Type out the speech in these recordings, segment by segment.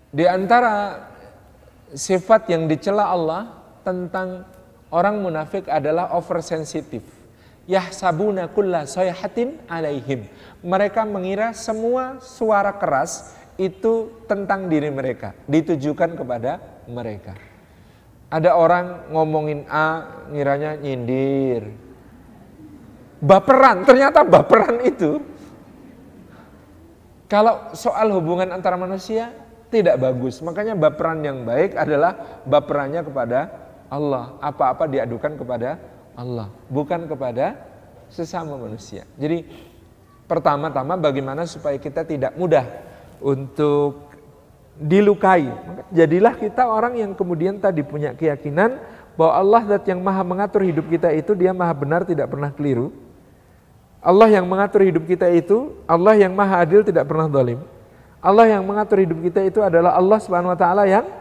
Di antara sifat yang dicela Allah tentang orang munafik adalah oversensitif. Yahsabuna kulla sayhatin alaihim. Mereka mengira semua suara keras itu tentang diri mereka, ditujukan kepada mereka. Ada orang ngomongin A, ngiranya nyindir. Baperan, ternyata baperan itu kalau soal hubungan antara manusia tidak bagus. Makanya baperan yang baik adalah baperannya kepada Allah. Apa-apa diadukan kepada Allah, bukan kepada sesama manusia. Jadi pertama-tama bagaimana supaya kita tidak mudah untuk dilukai. Jadilah kita orang yang kemudian tadi punya keyakinan bahwa Allah zat yang maha mengatur hidup kita itu, dia maha benar, tidak pernah keliru. Allah yang mengatur hidup kita itu, Allah yang maha adil, tidak pernah zalim. Allah yang mengatur hidup kita itu adalah Allah Subhanahu wa taala yang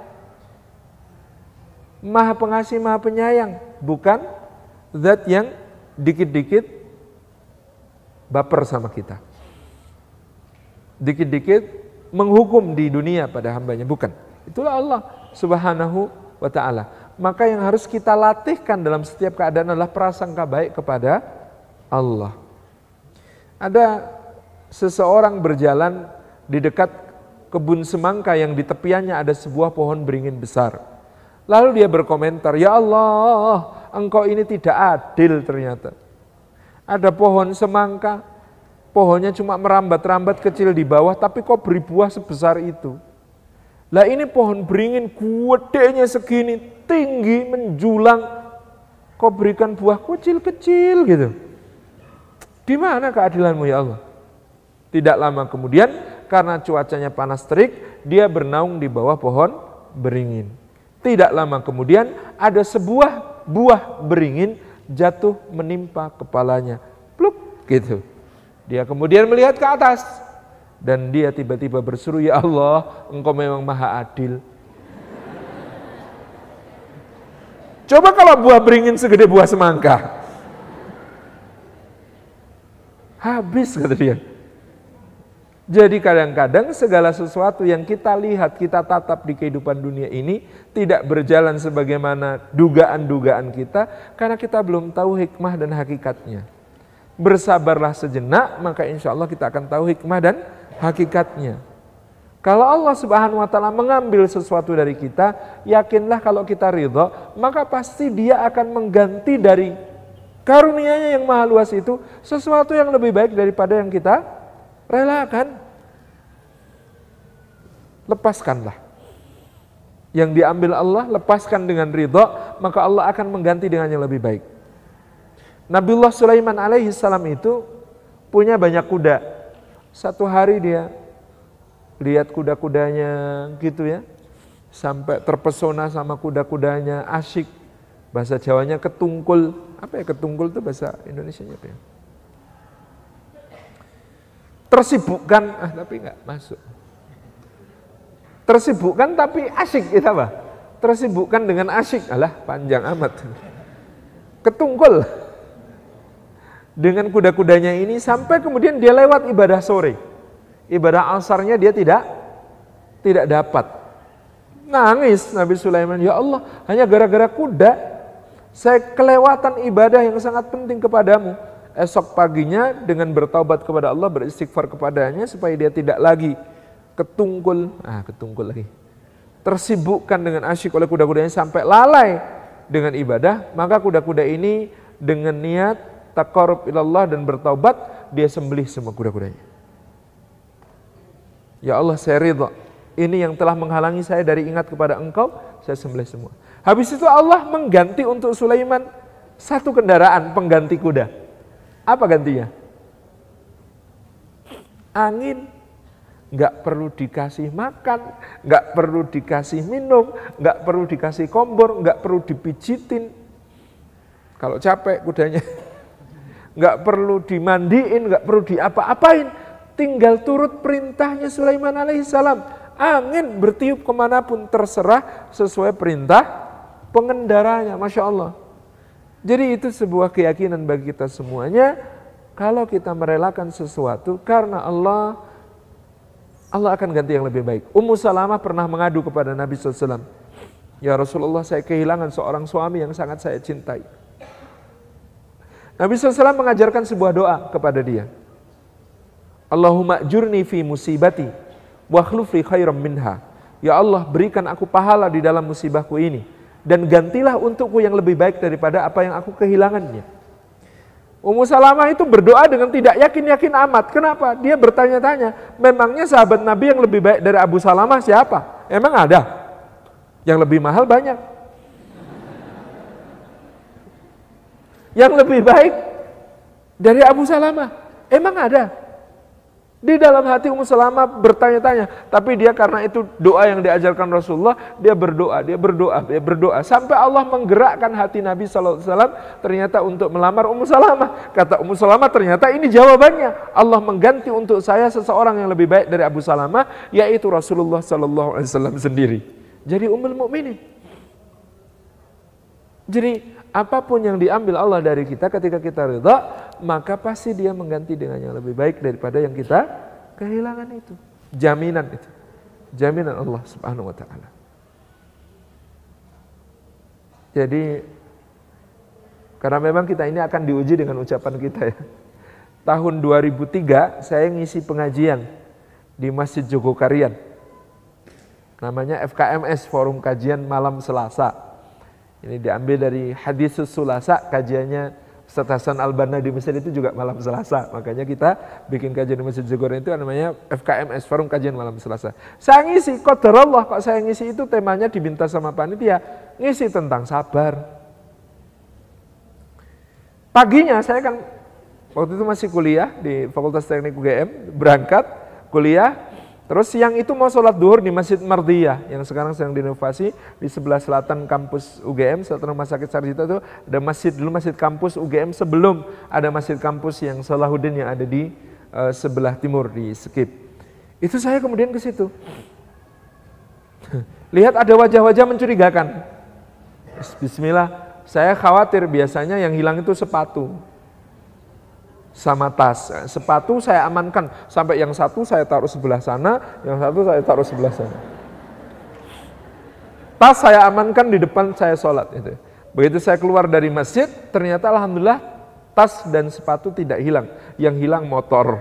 maha pengasih, maha penyayang, bukan zat yang dikit-dikit baper sama kita, dikit-dikit menghukum di dunia pada hambanya, bukan. Itulah Allah Subhanahu wa taala. Maka yang harus kita latihkan dalam setiap keadaan adalah prasangka baik kepada Allah. Ada seseorang berjalan di dekat kebun semangka yang di tepiannya ada sebuah pohon beringin besar. Lalu dia berkomentar, "Ya Allah, Engkau ini tidak adil ternyata. Ada pohon semangka, pohonnya cuma merambat-rambat kecil di bawah, tapi kok beri buah sebesar itu. Lah ini pohon beringin gedenya segini, tinggi, menjulang, kok berikan buah kecil-kecil gitu. Di mana keadilanmu ya Allah?" Tidak lama kemudian, karena cuacanya panas terik, dia bernaung di bawah pohon beringin. Tidak lama kemudian, ada sebuah buah beringin jatuh menimpa kepalanya. Pluk, gitu. Dia kemudian melihat ke atas, dan dia tiba-tiba berseru, "Ya Allah, Engkau memang maha adil." Coba kalau buah beringin segede buah semangka. Habis, kata dia. Jadi kadang-kadang segala sesuatu yang kita lihat, kita tatap di kehidupan dunia ini tidak berjalan sebagaimana dugaan-dugaan kita, karena kita belum tahu hikmah dan hakikatnya. Bersabarlah sejenak, maka insya Allah kita akan tahu hikmah dan hakikatnya. Kalau Allah Subhanahu wa taala mengambil sesuatu dari kita, yakinlah kalau kita ridho, maka pasti Dia akan mengganti dari karunia-Nya yang maha luas itu sesuatu yang lebih baik daripada yang kita relakan. Lepaskanlah yang diambil Allah, lepaskan dengan ridho, maka Allah akan mengganti dengan yang lebih baik. Nabiullah Sulaiman alaihi salam itu punya banyak kuda. Satu hari dia lihat kuda-kudanya gitu ya, sampai terpesona sama kuda-kudanya, asyik. Bahasa Jawanya ketungkul. Apa ya ketungkul itu bahasa Indonesianya apa ya? Tersibukkan, tapi enggak masuk. Tersibukkan tapi asyik, itu apa? Tersibukkan dengan asyik, alah panjang amat. Ketungkul dengan kuda-kudanya ini sampai kemudian dia lewat ibadah sore. Ibadah asarnya dia tidak dapat. Nangis Nabi Sulaiman, "Ya Allah, hanya gara-gara kuda saya kelewatan ibadah yang sangat penting kepadamu." Esok paginya dengan bertaubat kepada Allah, beristighfar kepadanya supaya dia tidak lagi ketungkul lagi. Tersibukkan dengan asyik oleh kuda-kudanya sampai lalai dengan ibadah, maka kuda-kuda ini dengan niat taqarrub ilallah dan bertaubat, dia sembelih semua kuda-kudanya. "Ya Allah, saya ridha. Ini yang telah menghalangi saya dari ingat kepada Engkau, saya sembelih semua." Habis itu Allah mengganti untuk Sulaiman satu kendaraan pengganti kuda. Apa gantinya? Angin. Nggak perlu dikasih makan, nggak perlu dikasih minum, nggak perlu dikasih kompor, nggak perlu dipijitin. Kalau capek kudanya, nggak perlu dimandiin, nggak perlu diapa-apain. Tinggal turut perintahnya Sulaiman alaihissalam. Angin bertiup kemanapun terserah sesuai perintah pengendaranya. Masya Allah. Jadi itu sebuah keyakinan bagi kita semuanya. Kalau kita merelakan sesuatu karena Allah, Allah akan ganti yang lebih baik. Ummu Salamah pernah mengadu kepada Nabi SAW. Ya Rasulullah, saya kehilangan seorang suami yang sangat saya cintai. Nabi SAW mengajarkan sebuah doa kepada dia. Allahumma ajurni fi musibati wa khlufi khairam minha. Ya Allah, berikan aku pahala di dalam musibahku ini, dan gantilah untukku yang lebih baik daripada apa yang aku kehilangannya. Ummu Salamah itu berdoa dengan tidak yakin-yakin amat. Kenapa? Dia bertanya-tanya, memangnya sahabat Nabi yang lebih baik dari Abu Salamah siapa? Emang ada? Yang lebih mahal banyak. Yang lebih baik dari Abu Salamah, emang ada? Di dalam hati Ummu Salamah bertanya-tanya, tapi dia karena itu doa yang diajarkan Rasulullah, dia berdoa, sampai Allah menggerakkan hati Nabi SAW ternyata untuk melamar Ummu Salamah. Kata Ummu Salamah, ternyata ini jawabannya. Allah mengganti untuk saya seseorang yang lebih baik dari Abu Salamah, yaitu Rasulullah SAW sendiri. Jadi Ummul Mukminin. Jadi apapun yang diambil Allah dari kita ketika kita ridha, maka pasti dia mengganti dengan yang lebih baik daripada yang kita kehilangan itu. Jaminan itu. Jaminan Allah Subhanahu wa taala. Jadi karena memang kita ini akan diuji dengan ucapan kita ya. Tahun 2003 saya ngisi pengajian di Masjid Jogokarian. Namanya FKMS, Forum Kajian Malam Selasa. Ini diambil dari Hadisus Sulasa, kajiannya Ustaz Hasan Al-Banna di Mesir itu juga malam Selasa. Makanya kita bikin kajian di Masjid Jogokarian itu namanya FKMS, Forum Kajian Malam Selasa. Saya ngisi, qadarullah kok saya ngisi itu temanya diminta sama panitia, ngisi tentang sabar. Paginya saya kan waktu itu masih kuliah di Fakultas Teknik UGM, berangkat kuliah. Terus siang itu mau sholat duhur di Masjid Mardiyah yang sekarang sedang direnovasi di sebelah selatan kampus UGM, selatan Rumah Sakit Sarjito itu ada masjid, dulu masjid kampus UGM sebelum ada masjid kampus yang Salahuddin yang ada di sebelah timur di Skip. Itu saya kemudian ke situ. Lihat ada wajah-wajah mencurigakan. Bismillah, saya khawatir biasanya yang hilang itu sepatu sama tas. Sepatu saya amankan, sampai yang satu saya taruh sebelah sana, yang satu saya taruh sebelah sana. Tas saya amankan di depan saya sholat. Itu. Begitu saya keluar dari masjid, ternyata alhamdulillah tas dan sepatu tidak hilang. Yang hilang motor.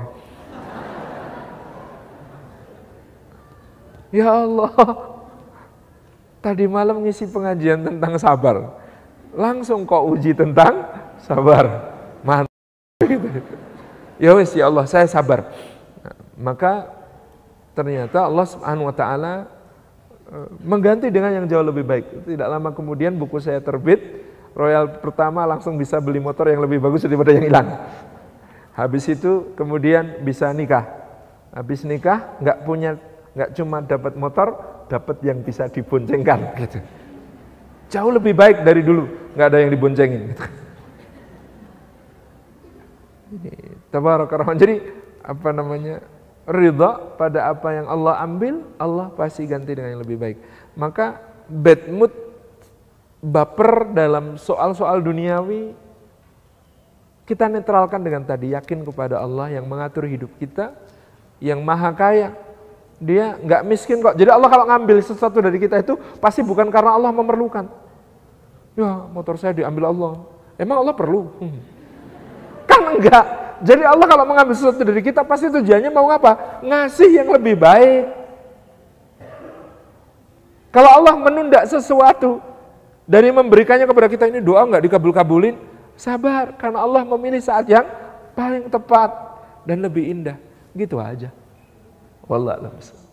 Ya Allah, tadi malam ngisi pengajian tentang sabar, langsung kok uji tentang sabar. Mantap. Ya wes, ya Allah, saya sabar. Maka ternyata Allah Subhanahu wa taala mengganti dengan yang jauh lebih baik. Tidak lama kemudian buku saya terbit, Royal pertama langsung bisa beli motor yang lebih bagus daripada yang hilang. Habis itu kemudian bisa nikah. Habis nikah nggak cuma dapat motor, dapat yang bisa diboncengkan gitu. Jauh lebih baik dari dulu, nggak ada yang diboncengin gitu. Tabarakallah. Jadi apa namanya, ridha pada apa yang Allah ambil, Allah pasti ganti dengan yang lebih baik. Maka bad mood, baper dalam soal-soal duniawi, kita netralkan dengan tadi, yakin kepada Allah yang mengatur hidup kita, yang maha kaya. Dia nggak miskin kok. Jadi Allah kalau ngambil sesuatu dari kita itu pasti bukan karena Allah memerlukan. Ya motor saya diambil Allah, emang Allah perlu? Kan enggak. Jadi Allah kalau mengambil sesuatu dari kita pasti tujuannya mau apa? Ngasih yang lebih baik. Kalau Allah menunda sesuatu dari memberikannya kepada kita, ini doa enggak dikabul-kabulin, sabar karena Allah memilih saat yang paling tepat dan lebih indah. Gitu aja. Wallahu a'lam.